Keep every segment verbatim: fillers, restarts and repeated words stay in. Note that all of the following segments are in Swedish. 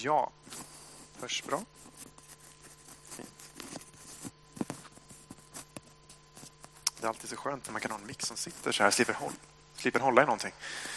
Ja, hörs bra. Fint. Det är alltid så skönt när man kan ha en mix som sitter så här, slipper hålla, slipper hålla i någonting.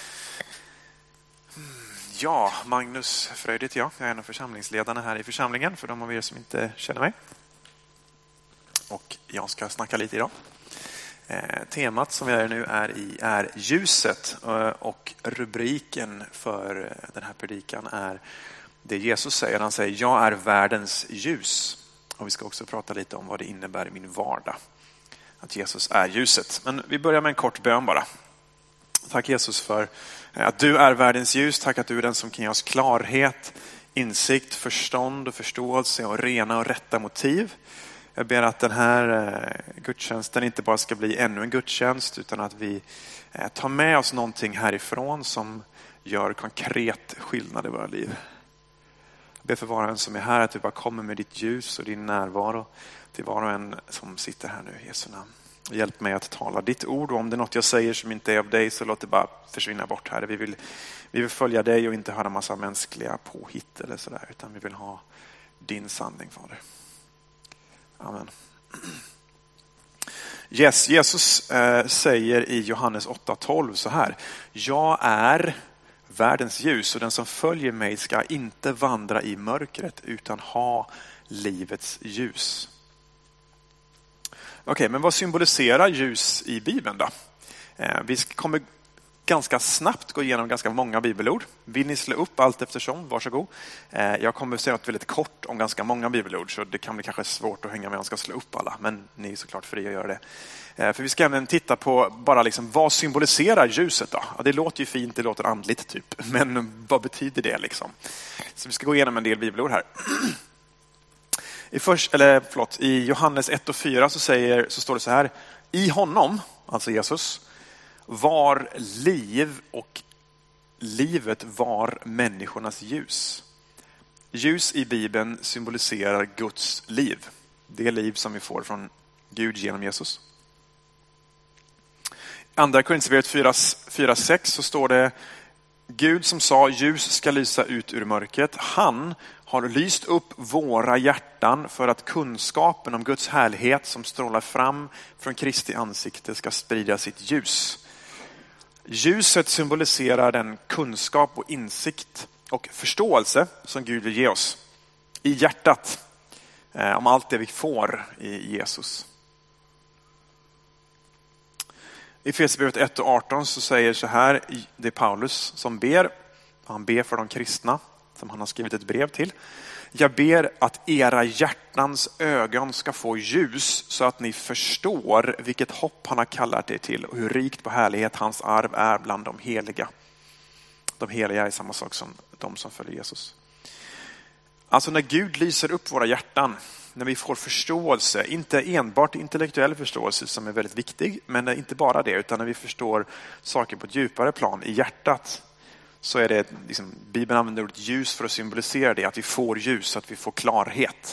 Ja, Magnus Fröjd heter jag. Jag är en av församlingsledarna här i församlingen, för de av er som inte känner mig. Och jag ska snacka lite idag. Eh, temat som jag är nu är i är ljuset, och rubriken för den här predikan är det Jesus säger. Han säger: jag är världens ljus. Och vi ska också prata lite om vad det innebär i min vardag att Jesus är ljuset. Men vi börjar med en kort bön bara. Tack Jesus för att du är världens ljus. Tack att du är den som kan ge oss klarhet, insikt, förstånd och förståelse och rena och rätta motiv. Jag ber att den här gudstjänsten inte bara ska bli ännu en gudstjänst, utan att vi tar med oss någonting härifrån som gör konkret skillnad i våra liv. Jag ber för var och en som är här att du bara kommer med ditt ljus och din närvaro till var och en som sitter här nu i Jesu namn. Hjälp mig att tala ditt ord, och om det är något jag säger som inte är av dig, så låt det bara försvinna bort här. Vi vill, vi vill följa dig och inte höra massa mänskliga påhitt eller sådär, utan vi vill ha din sanning, Fader. Amen. Yes, Jesus eh, säger i Johannes åtta tolv så här: jag är världens ljus, och den som följer mig ska inte vandra i mörkret utan ha livets ljus. Okej, okay, men vad symboliserar ljus i Bibeln då? Eh, vi kommer ganska snabbt gå igenom ganska många bibelord. Vill ni slå upp allt eftersom? Varsågod. Eh, jag kommer att säga något väldigt kort om ganska många bibelord, så det kan bli kanske svårt att hänga med om jag ska slå upp alla. Men ni är såklart fria att göra det. Eh, för vi ska även titta på bara liksom, vad symboliserar ljuset då? Ja, det låter ju fint, det låter andligt typ. Men vad betyder det liksom? Så vi ska gå igenom en del bibelord här. I, först, eller, förlåt, i Johannes ett och fyra så, säger, så står det så här: i honom, alltså Jesus, var liv, och livet var människornas ljus. Ljus i Bibeln symboliserar Guds liv. Det liv som vi får från Gud genom Jesus. Andra Korinthierbrevet fyra sex så står det: Gud som sa ljus ska lysa ut ur mörkret, han har lyst upp våra hjärtan för att kunskapen om Guds härlighet som strålar fram från Kristi ansikte ska sprida sitt ljus. Ljuset symboliserar den kunskap och insikt och förståelse som Gud vill ge oss i hjärtat eh, om allt det vi får i Jesus. I Efesierbrevet ett och arton så säger så här, det är Paulus som ber, han ber för de kristna som han har skrivit ett brev till. Jag ber att era hjärtans ögon ska få ljus så att ni förstår vilket hopp han har kallat er till och hur rikt på härlighet hans arv är bland de heliga. De heliga är samma sak som de som följer Jesus. Alltså när Gud lyser upp våra hjärtan, när vi får förståelse, inte enbart intellektuell förståelse som är väldigt viktig, men inte bara det, utan när vi förstår saker på ett djupare plan i hjärtat, så är det liksom, Bibeln använder ordet ljus för att symbolisera det, att vi får ljus, att vi får klarhet.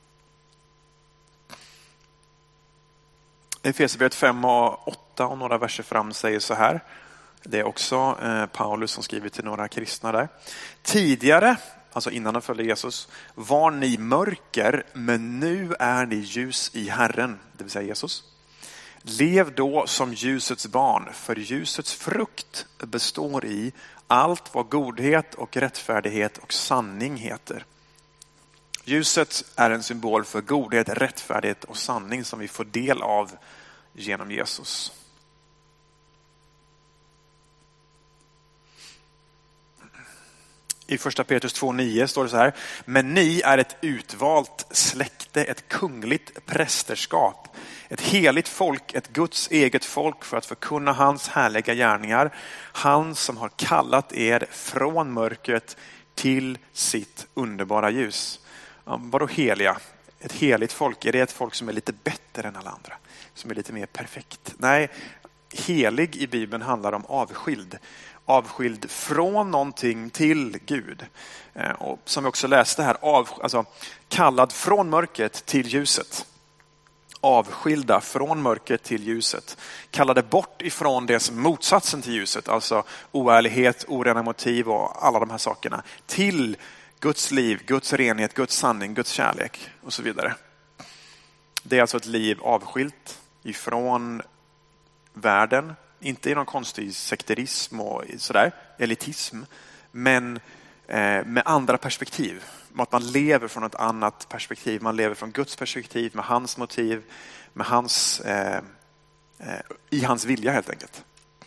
Efesierbrevet fem och åtta och några verser fram säger så här. Det är också eh, Paulus som skriver till några kristna där. Tidigare, alltså innan de följde Jesus, var ni mörker, men nu är ni ljus i Herren, det vill säga Jesus. Lev då som ljusets barn, för ljusets frukt består i allt vad godhet och rättfärdighet och sanning heter. Ljuset är en symbol för godhet, rättfärdighet och sanning som vi får del av genom Jesus. I första Petrus två nio står det så här: men ni är ett utvalt släkte, ett kungligt prästerskap, ett heligt folk, ett Guds eget folk för att förkunna hans härliga gärningar. Han som har kallat er från mörkret till sitt underbara ljus. Ja, vadå heliga? Ett heligt folk, är det ett folk som är lite bättre än alla andra? Som är lite mer perfekt? Nej, helig i Bibeln handlar om avskild. Avskild från någonting till Gud. Eh, och som vi också läste här, av, alltså, kallad från mörkret till ljuset. Avskilda från mörkret till ljuset. Kallade bort ifrån det som motsatsen till ljuset. Alltså oärlighet, orena motiv och alla de här sakerna. Till Guds liv, Guds renhet, Guds sanning, Guds kärlek och så vidare. Det är alltså ett liv avskilt ifrån världen. Inte i någon konstig sekterism och sådär, elitism. Men eh, med andra perspektiv. Att man lever från ett annat perspektiv. Man lever från Guds perspektiv, med hans motiv, med hans, eh, eh, i hans vilja helt enkelt.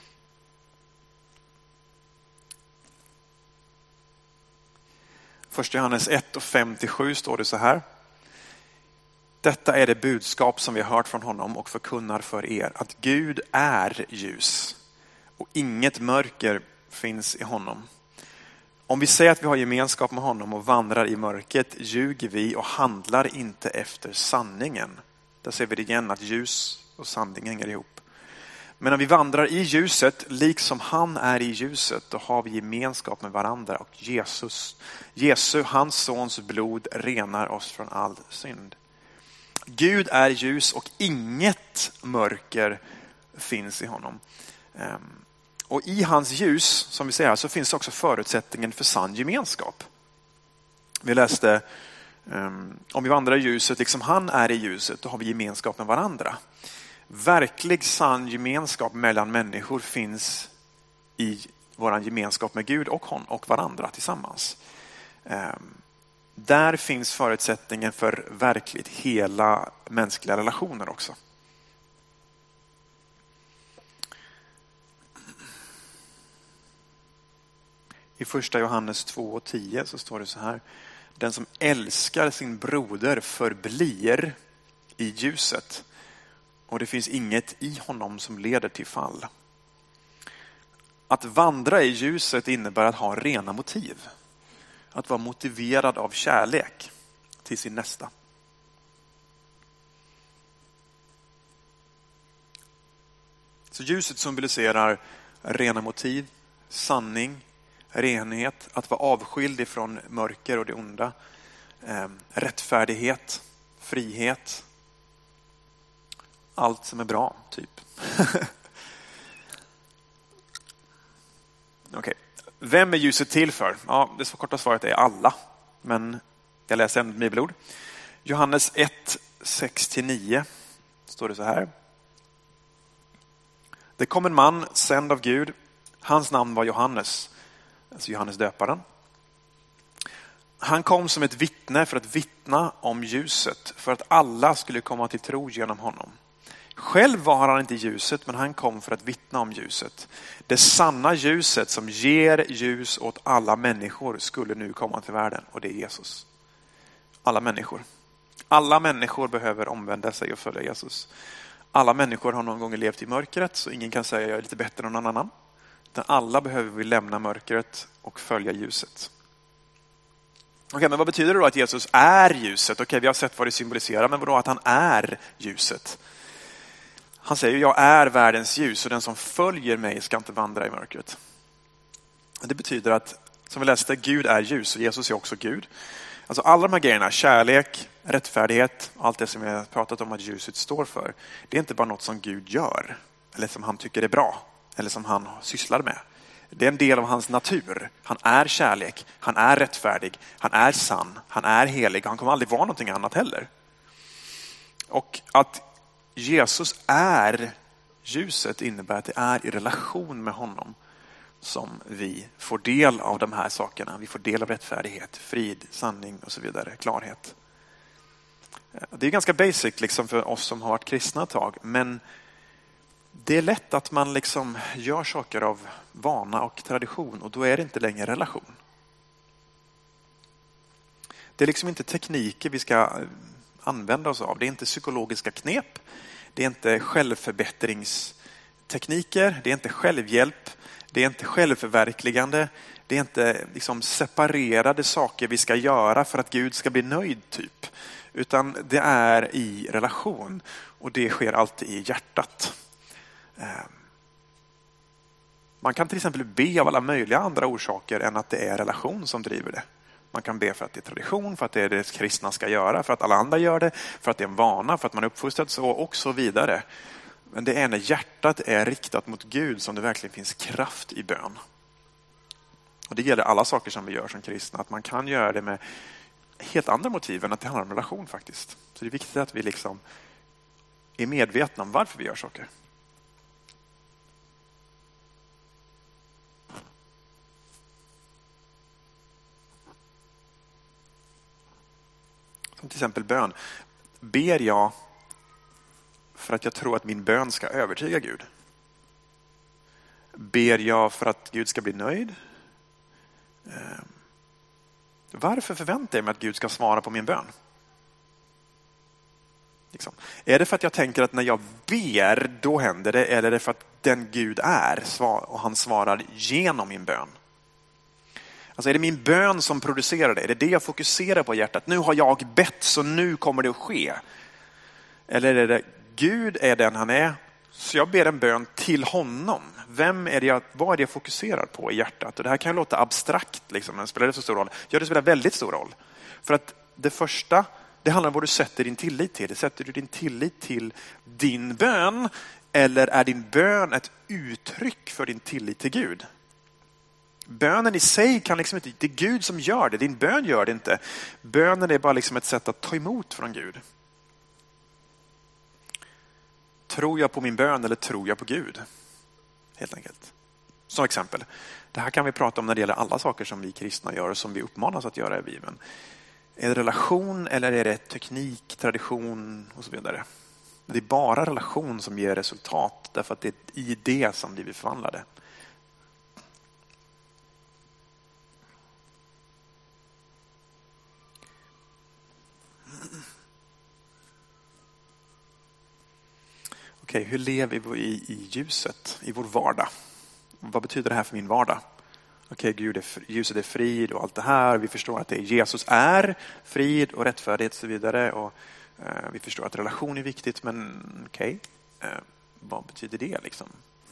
Första Johannes ett och fem till sju står det så här. Detta är det budskap som vi har hört från honom och förkunnar för er. Att Gud är ljus och inget mörker finns i honom. Om vi säger att vi har gemenskap med honom och vandrar i mörkret ljuger vi och handlar inte efter sanningen. Där ser vi det igen, att ljus och sanning hänger ihop. Men när vi vandrar i ljuset, liksom han är i ljuset, då har vi gemenskap med varandra. Och Jesus, Jesu, hans sons blod, renar oss från all synd. Gud är ljus och inget mörker finns i honom. Och i hans ljus, som vi säger här, så finns också förutsättningen för sann gemenskap. Vi läste, om vi vandrar i ljuset, liksom han är i ljuset, då har vi gemenskap med varandra. Verklig sann gemenskap mellan människor finns i vår gemenskap med Gud och hon och varandra tillsammans. Där finns förutsättningen för verkligt hela mänskliga relationer också. I första Johannes två och tio så står det så här. Den som älskar sin broder förblir i ljuset. Och det finns inget i honom som leder till fall. Att vandra i ljuset innebär att ha rena motiv. Att vara motiverad av kärlek till sin nästa. Så ljuset symboliserar rena motiv, sanning, renhet, att vara avskild ifrån mörker och det onda, eh, rättfärdighet, frihet, allt som är bra, typ. Okej. Okay. Vem är ljuset till för? Ja, det så korta svaret är alla. Men jag läser ändå med blod. Johannes ett, sex till nio står det så här. Det kom en man sänd av Gud. Hans namn var Johannes. Alltså Johannes döparen. Han kom som ett vittne för att vittna om ljuset. För att alla skulle komma till tro genom honom. Själv var han inte ljuset, men han kom för att vittna om ljuset. Det sanna ljuset som ger ljus åt alla människor skulle nu komma till världen. Och det är Jesus. Alla människor. Alla människor behöver omvända sig och följa Jesus. Alla människor har någon gång levt i mörkret, så ingen kan säga jag är lite bättre än någon annan. Utan alla behöver vi lämna mörkret och följa ljuset. Okej, okay, men vad betyder det då att Jesus är ljuset? Okej, okay, vi har sett vad det symboliserar, men vadå att han är ljuset? Han säger jag är världens ljus och den som följer mig ska inte vandra i mörkret. Det betyder att, som vi läste, Gud är ljus och Jesus är också Gud. Alltså alla de här grejerna, kärlek, rättfärdighet, allt det som vi har pratat om att ljuset står för. Det är inte bara något som Gud gör eller som han tycker är bra eller som han sysslar med. Det är en del av hans natur. Han är kärlek, han är rättfärdig, han är sann, han är helig. Han kommer aldrig vara någonting annat heller. Och att Jesus är ljuset innebär att det är i relation med honom som vi får del av de här sakerna. Vi får del av rättfärdighet, frid, sanning och så vidare, klarhet. Det är ganska basic liksom för oss som har varit kristna ett tag, men det är lätt att man liksom gör saker av vana och tradition och då är det inte längre relation. Det är liksom inte tekniker vi ska använda oss av. Det är inte psykologiska knep. Det är inte självförbättringstekniker. Det är inte självhjälp. Det är inte självförverkligande. Det är inte liksom separerade saker vi ska göra för att Gud ska bli nöjd typ. Utan det är i relation. Och det sker alltid i hjärtat. Man kan till exempel be av alla möjliga andra orsaker än att det är relation som driver det. Man kan be för att det är tradition, för att det är det kristna ska göra, för att alla andra gör det, för att det är en vana, för att man är uppfostrad så och så vidare. Men det är när hjärtat är riktat mot Gud som det verkligen finns kraft i bön. Och det gäller alla saker som vi gör som kristna. Att man kan göra det med helt andra motiv än att det handlar om relation faktiskt. Så det är viktigt att vi liksom är medvetna om varför vi gör saker. Som till exempel bön. Ber jag för att jag tror att min bön ska övertyga Gud? Ber jag för att Gud ska bli nöjd? Varför förväntar jag mig att Gud ska svara på min bön? Liksom. Är det för att jag tänker att när jag ber, då händer det? Eller är det för att den Gud är och han svarar genom min bön? Alltså är det min bön som producerar det? Är det det jag fokuserar på i hjärtat? Nu har jag bett så nu kommer det att ske. Eller är det Gud är den han är, så jag ber en bön till honom. Vem är det jag, vad är det jag fokuserar på i hjärtat? Och det här kan ju låta abstrakt, liksom, men spelar det så stor roll? Ja, det spelar väldigt stor roll. För att det första, det handlar om vad du sätter din tillit till. Sätter du din tillit till din bön, eller är din bön ett uttryck för din tillit till Gud? Bönen i sig kan liksom inte, det är Gud som gör det, din bön gör det inte. Bönen är bara liksom ett sätt att ta emot från Gud. Tror jag på min bön eller tror jag på Gud? Helt enkelt. Som exempel. Det här kan vi prata om när det gäller alla saker som vi kristna gör och som vi uppmanas att göra i Bibeln. Är det relation eller är det teknik, tradition och så vidare? Det är bara relation som ger resultat, därför att det är i det som vi blir förvandlade. Okej, hur lever vi i, i ljuset, i vår vardag? Vad betyder det här för min vardag? Okej, Gud är, ljuset är frid och allt det här. Vi förstår att det är Jesus är frid och rättfärdighet och så vidare. Och, eh, vi förstår att relation är viktigt, men okej, eh, vad betyder det liksom?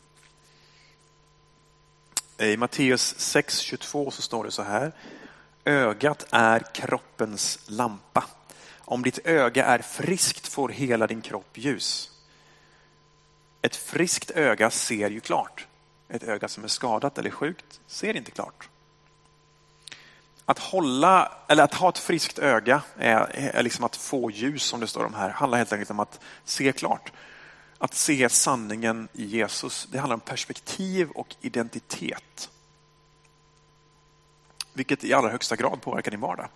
I Matteus sex tjugotvå så står det så här: ögat är kroppens lampa. Om ditt öga är friskt får hela din kropp ljus. Ett friskt öga ser ju klart. Ett öga som är skadat eller sjukt ser inte klart. Att hålla, eller att ha ett friskt öga är, är liksom att få ljus, som det står om här. Handlar helt enkelt om att se klart. Att se sanningen i Jesus. Det handlar om perspektiv och identitet. Vilket i allra högsta grad påverkar din vardag.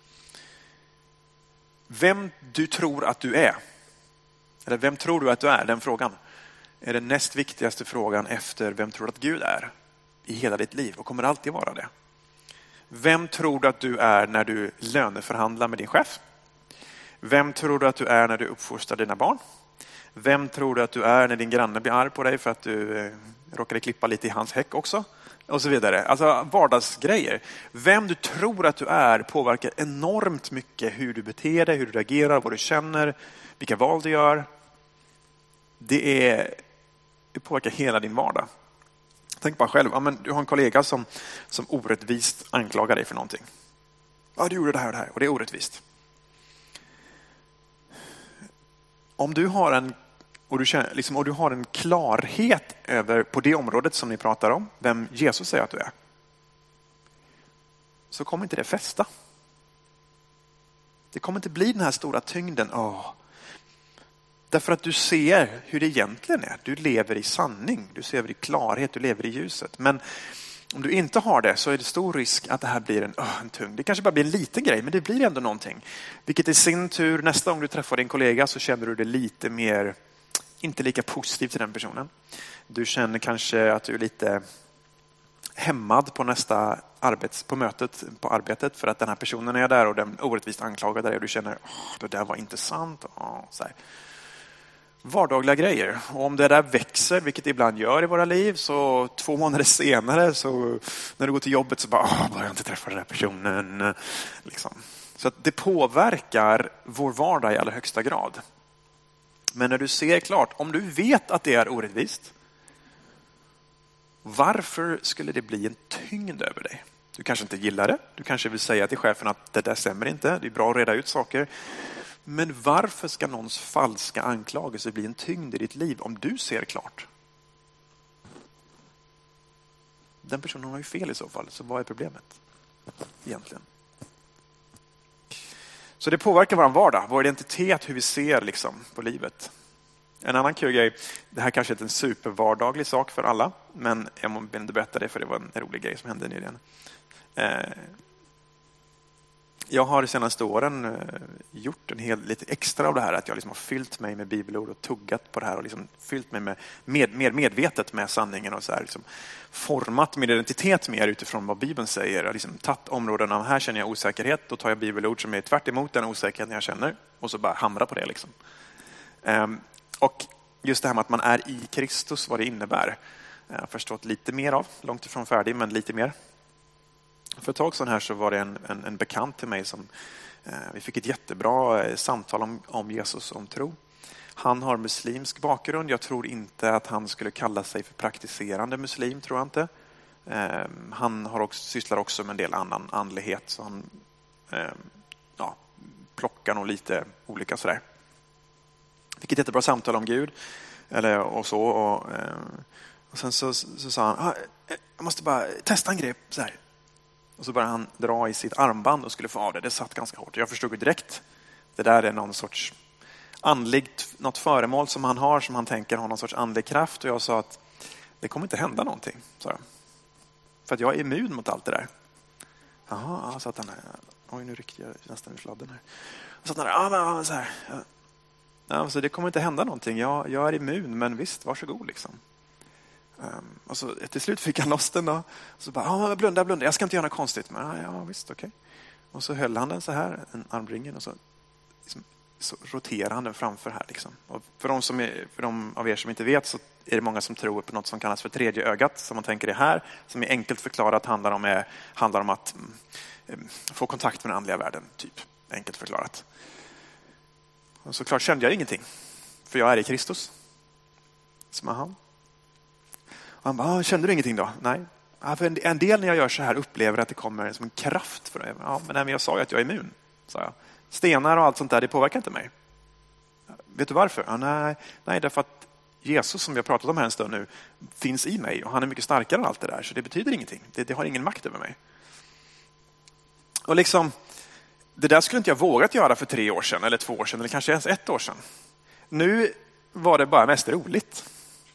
Vem du tror att du är. Eller vem tror du att du är? Den frågan är den näst viktigaste frågan efter vem tror att Gud är i hela ditt liv och kommer alltid vara det. Vem tror du att du är när du löneförhandlar med din chef? Vem tror du att du är när du uppfostrar dina barn? Vem tror du att du är när din granne blir arg på dig för att du eh, råkade klippa lite i hans häck också? Och så vidare. Alltså vardagsgrejer. Vem du tror att du är påverkar enormt mycket hur du beter dig, hur du reagerar, vad du känner, vilka val du gör. Det, är, det påverkar hela din vardag. Tänk bara själv, ja, men du har en kollega som, som orättvist anklagar dig för någonting. Ja, du gjorde det här och det här och det är orättvist. Om du har en och du, känner, liksom, och du har en klarhet över på det området som ni pratar om, vem Jesus säger att du är, så kommer inte det fästa. Det kommer inte bli den här stora tyngden. Åh. Därför att du ser hur det egentligen är. Du lever i sanning. Du lever i klarhet. Du lever i ljuset. Men om du inte har det så är det stor risk att det här blir en, oh, en tung. Det kanske bara blir en liten grej, men det blir ändå någonting. Vilket i sin tur, nästa gång du träffar din kollega så känner du det lite mer, inte lika positivt till den personen. Du känner kanske att du är lite hämmad på nästa arbets, på mötet på arbetet för att den här personen är där och den orättvist anklagar dig och du känner, oh, det där var inte sant. Oh, så här. Vardagliga grejer. Och om det där växer, vilket det ibland gör i våra liv, så två månader senare så när du går till jobbet så bara, åh, bara jag inte träffar den här personen. Liksom. Så att det påverkar vår vardag i allra högsta grad. Men när du ser klart, om du vet att det är orättvist, varför skulle det bli en tyngd över dig? Du kanske inte gillar det. Du kanske vill säga till chefen att det där stämmer inte. Det är bra att reda ut saker. Men varför ska någons falska anklagelse bli en tyngd i ditt liv om du ser klart? den personen har ju fel i så fall. Så vad är problemet egentligen? Så det påverkar vår vardag, vår identitet, hur vi ser liksom på livet. En annan kul grej, det här kanske är en supervardaglig sak för alla, men jag måste inte berätta det för det var en rolig grej som hände nyligen. Eh, jag har de senaste åren eh, gjort en hel, lite extra av det här, att jag liksom har fyllt mig med bibelord och tuggat på det här och liksom fyllt mig med, med, med medvetet med sanningen och så här, liksom format min identitet mer utifrån vad Bibeln säger. Jag har liksom tagit områden av här känner jag osäkerhet, då tar jag bibelord som är tvärt emot den osäkerheten jag känner och så bara hamrar på det liksom. Eh, Och just det här med att man är i Kristus, vad det innebär. Jag har förstått lite mer av, långt ifrån färdig, men lite mer. För ett tag sedan här så var det en, en, en bekant till mig som, eh, vi fick ett jättebra eh, samtal om, om Jesus och om tro. Han har muslimsk bakgrund, jag tror inte att han skulle kalla sig för praktiserande muslim, tror jag inte. Eh, han har också, sysslar också med en del annan andlighet, så han eh, ja, plockar nog lite olika sådär. Fick ett jättebra samtal om Gud eller, och så. Och, och sen så, så sa han, ah, jag måste bara testa en grej. Så här. Och så började han dra i sitt armband och skulle få av det. Det satt ganska hårt. Jag förstod direkt. Det där är någon sorts andligt, något föremål som han har som han tänker har någon sorts andlig kraft. Och jag sa att det kommer inte hända någonting. Så här. För att jag är immun mot allt det där. Jaha, så att han, oj nu ryckte jag nästan ur sladden här. Och så att han, ja men så här. Ja, så det kommer inte hända någonting. Jag, jag är immun, men visst, varsågod liksom. Um, och så till slut fick han loss den då. Så bara, ja, blunda, blunda. Jag ska inte göra något konstigt. Men ja, ja visst, okej. Okay. Och så höll han den så här, en armringen, och så, liksom, så roterade han den framför här liksom. Och för de, som är, för de av er som inte vet så är det många som tror på något som kallas för tredje ögat. Som man tänker är här, som är enkelt förklarat handlar om, är, handlar om att mm, få kontakt med den andliga världen, typ. Enkelt förklarat. Och såklart kände jag ingenting. För jag är i Kristus. Som han. Och han bara, kände du ingenting då? Nej. Ja, för en del när jag gör så här upplever att det kommer som en kraft för det. Ja, men, nej, men jag sa ju att jag är immun. Sa jag. Stenar och allt sånt där, det påverkar inte mig. Vet du varför? Ja, nej, nej, därför att Jesus som vi har pratat om här en stund nu finns i mig. Och han är mycket starkare än allt det där. Så det betyder ingenting. Det, det har ingen makt över mig. Och liksom... Det där skulle inte jag vågat göra för tre år sedan, eller två år sedan, eller kanske ens ett år sedan. Nu var det bara mest roligt.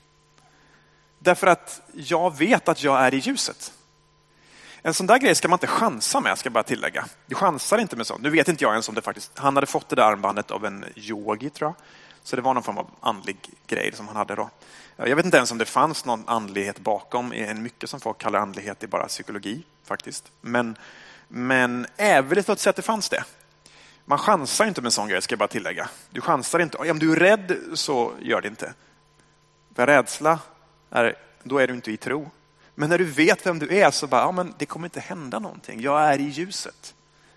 Därför att jag vet att jag är i ljuset. En sån där grej ska man inte chansa med, ska jag bara tillägga. Du chansar inte med sånt. Nu vet inte jag ens om det faktiskt... Han hade fått det där armbandet av en yogi, tror jag. Så det var någon form av andlig grej som han hade då. Jag vet inte ens om det fanns någon andlighet bakom. En mycket som folk kallar andlighet är bara psykologi, faktiskt. Men... Men även så att det fanns det. Man chansar inte med en sån grej, ska jag bara tillägga. Du chansar inte. Om du är rädd så gör det inte. För rädsla, är, då är du inte i tro. Men när du vet vem du är så bara, ja men det kommer inte hända någonting. Jag är i ljuset.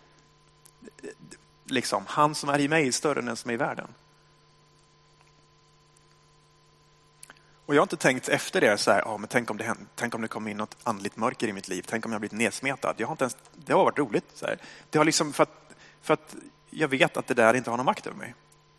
Liksom, han som är i mig är större än den som är i världen. Och jag har inte tänkt efter det så här, ja, men tänk om det händer, tänk om det kommer in något andligt mörker i mitt liv, tänk om jag har blivit nedsmetad. Jag har inte ens, det har varit roligt så här. Det har liksom för att, för att jag vet att det där inte har någon makt över mig.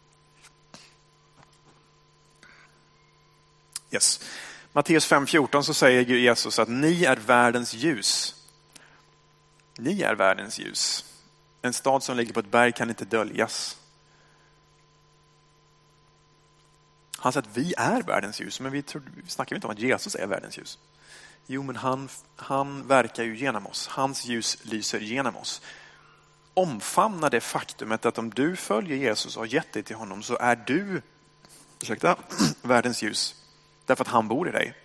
Yes. Matteus fem fjorton så säger Jesus att ni är världens ljus. Ni är världens ljus. En stad som ligger på ett berg kan inte döljas. Han säger att vi är världens ljus, men vi, tror, vi snackar inte om att Jesus är världens ljus. Jo, men han, han verkar ju genom oss. Hans ljus lyser genom oss. Omfamna det faktumet att om du följer Jesus och har gett dig till honom så är du ursäkta, världens ljus. Därför att han bor i dig.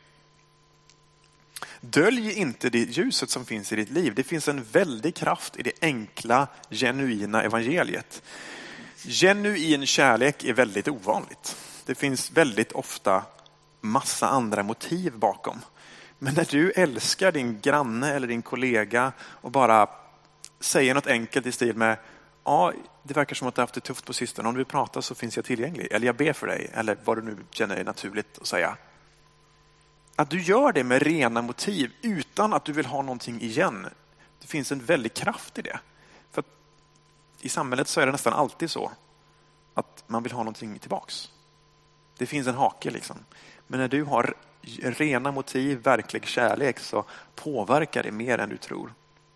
Dölj inte det ljuset som finns i ditt liv. Det finns en väldig kraft i det enkla, genuina evangeliet. Genuin kärlek är väldigt ovanligt. Det finns väldigt ofta massa andra motiv bakom. Men när du älskar din granne eller din kollega och bara säger något enkelt i stil med ja, det verkar som att du har haft det tufft på sistone. Om du vill prata så finns jag tillgänglig. Eller jag ber för dig. Eller vad du nu känner är naturligt att säga. Att du gör det med rena motiv utan att du vill ha någonting igen. Det finns en väldig kraft i det. För att i samhället så är det nästan alltid så att man vill ha någonting tillbaks. Det finns en hake liksom. Men när du har rena motiv, verklig kärlek, så påverkar det mer än du tror.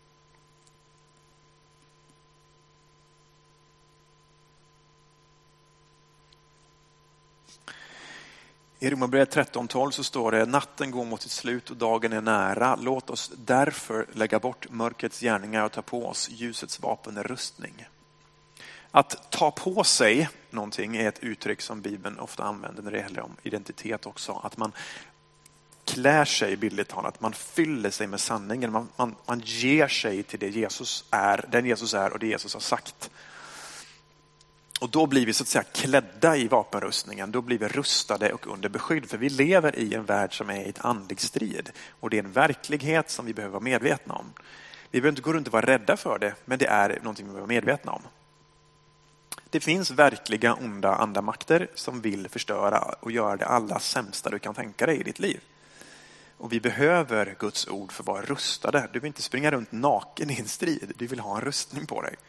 I Romarbrevet tretton tolv så står det: natten går mot sitt slut och dagen är nära. Låt oss därför lägga bort mörkrets gärningar och ta på oss ljusets vapenrustning. Att ta på sig någonting är ett uttryck som Bibeln ofta använder när det gäller om identitet också. Att man klär sig, bildligt talat, man fyller sig med sanningen. Man, man, man ger sig till det Jesus är, den Jesus är och det Jesus har sagt. Och då blir vi så att säga klädda i vapenrustningen. Då blir vi rustade och under beskydd. För vi lever i en värld som är i ett andlig strid. Och det är en verklighet som vi behöver vara medvetna om. Vi behöver inte gå runt och vara rädda för det. Men det är någonting vi behöver vara medvetna om. Det finns verkliga onda andamakter som vill förstöra och göra det allra sämsta du kan tänka dig i ditt liv. Och vi behöver Guds ord för att vara rustade. Du vill inte springa runt naken i en strid. Du vill ha en rustning på dig.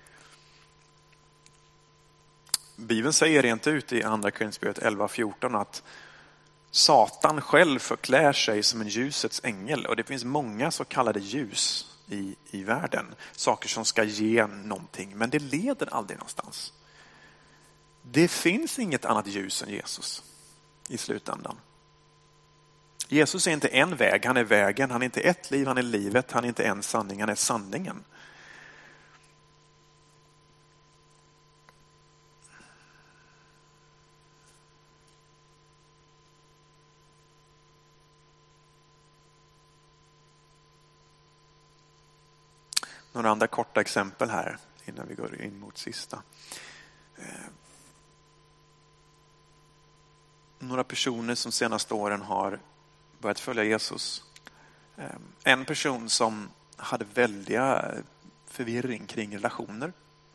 Bibeln säger rent ut i andra Korinthierbrevet elva fjorton att Satan själv förklär sig som en ljusets ängel. Och det finns många så kallade ljus i, i världen. Saker som ska ge någonting. Men det leder aldrig någonstans. Det finns inget annat ljus än Jesus i slutändan. Jesus är inte en väg, han är vägen. Han är inte ett liv, han är livet. Han är inte en sanning, han är sanningen. Några andra korta exempel här innan vi går in mot sista. Eh, några personer som senaste åren har börjat följa Jesus. Eh, en person som hade väldiga förvirring kring relationer.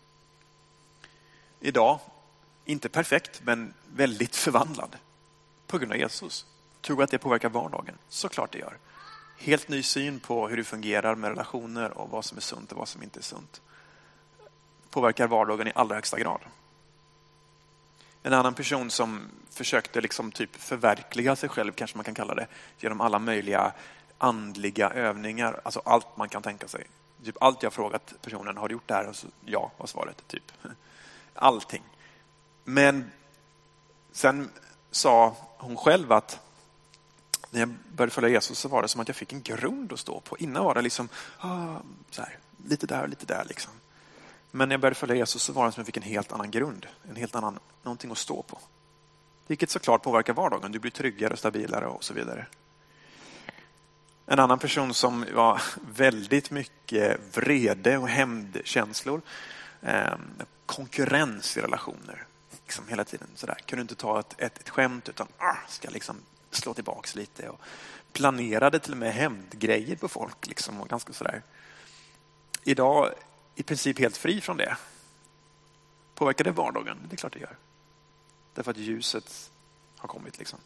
Idag, inte perfekt men väldigt förvandlad på grund av Jesus. Tror att det påverkar vardagen? Såklart det gör. Helt ny syn på hur det fungerar med relationer och vad som är sunt och vad som inte är sunt. Påverkar vardagen i allra högsta grad. En annan person som försökte liksom typ förverkliga sig själv, kanske man kan kalla det, genom alla möjliga andliga övningar. Alltså allt man kan tänka sig. Typ allt jag frågat personen, har du gjort det här? Och så, ja, var svaret. Typ. Allting. Men sen sa hon själv att när jag började följa Jesus så var det som att jag fick en grund att stå på. Innan var det liksom ah, så här, lite där och lite där liksom. Men när jag började följa Jesus så var det som att jag fick en helt annan grund. En helt annan, någonting att stå på. Vilket såklart påverkar vardagen. Du blir tryggare och stabilare och så vidare. En annan person som var väldigt mycket vrede och hämndkänslor. Eh, konkurrens i relationer. Liksom hela tiden sådär. Kunde inte ta ett, ett, ett skämt utan ah, ska liksom slå tillbaks lite och planerade till och med hämndgrejer på folk liksom och ganska sådär. Idag i princip helt fri från det. Påverkar det vardagen? Det är klart det gör. Därför att ljuset har kommit liksom.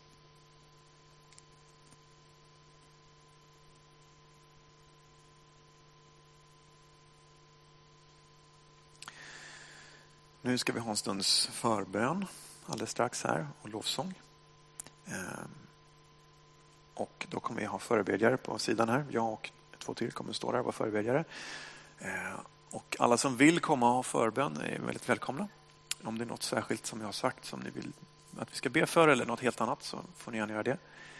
Nu ska vi ha en stunds förbön alldeles strax här och lovsång. Och då kommer vi ha förebedjare på sidan här. Jag och två till kommer stå där och vara förebedjare. Och alla som vill komma och ha förbön är väldigt välkomna. Om det är något särskilt som jag har sagt som ni vill att vi ska be för eller något helt annat så får ni gärna göra det.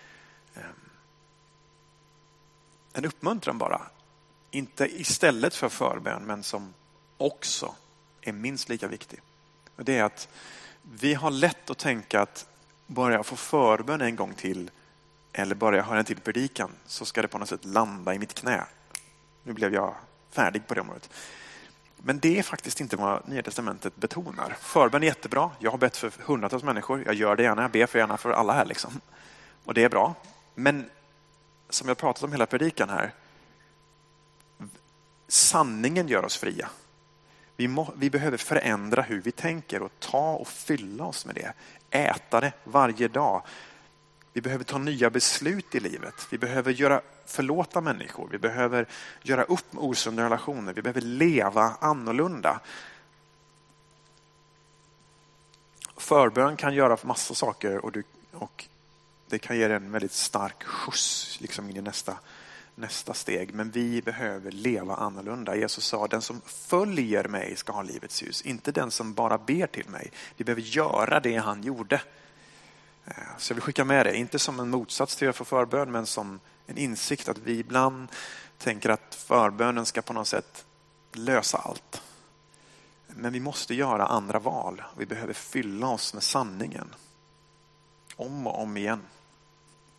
En uppmuntran bara. Inte istället för förbön men som också är minst lika viktig. Och det är att vi har lätt att tänka att bara jag får förbön en gång till eller bara jag hör en till predikan så ska det på något sätt landa i mitt knä. Nu blev jag färdig på det området. Men det är faktiskt inte vad Nya testamentet betonar. Förbön är jättebra. Jag har bett för hundratals människor. Jag gör det gärna. Jag ber för gärna för alla här liksom. Och det är bra. Men som jag pratat om hela predikan här. Sanningen gör oss fria. Vi, må, vi behöver förändra hur vi tänker och ta och fylla oss med det. Äta det varje dag. Vi behöver ta nya beslut i livet. Vi behöver göra, förlåta människor. Vi behöver göra upp med osunda relationer. Vi behöver leva annorlunda. Förbön kan göra massa saker och, du, och Det kan ge en väldigt stark skjuts liksom in i nästa, nästa steg. Men vi behöver leva annorlunda. Jesus sa, den som följer mig ska ha livets ljus. Inte den som bara ber till mig. Vi behöver göra det han gjorde. Så jag vill skicka med det. Inte som en motsats till att få förbön, men som en insikt att vi ibland tänker att förbönen ska på något sätt lösa allt. Men vi måste göra andra val. Vi behöver fylla oss med sanningen. Om och om igen.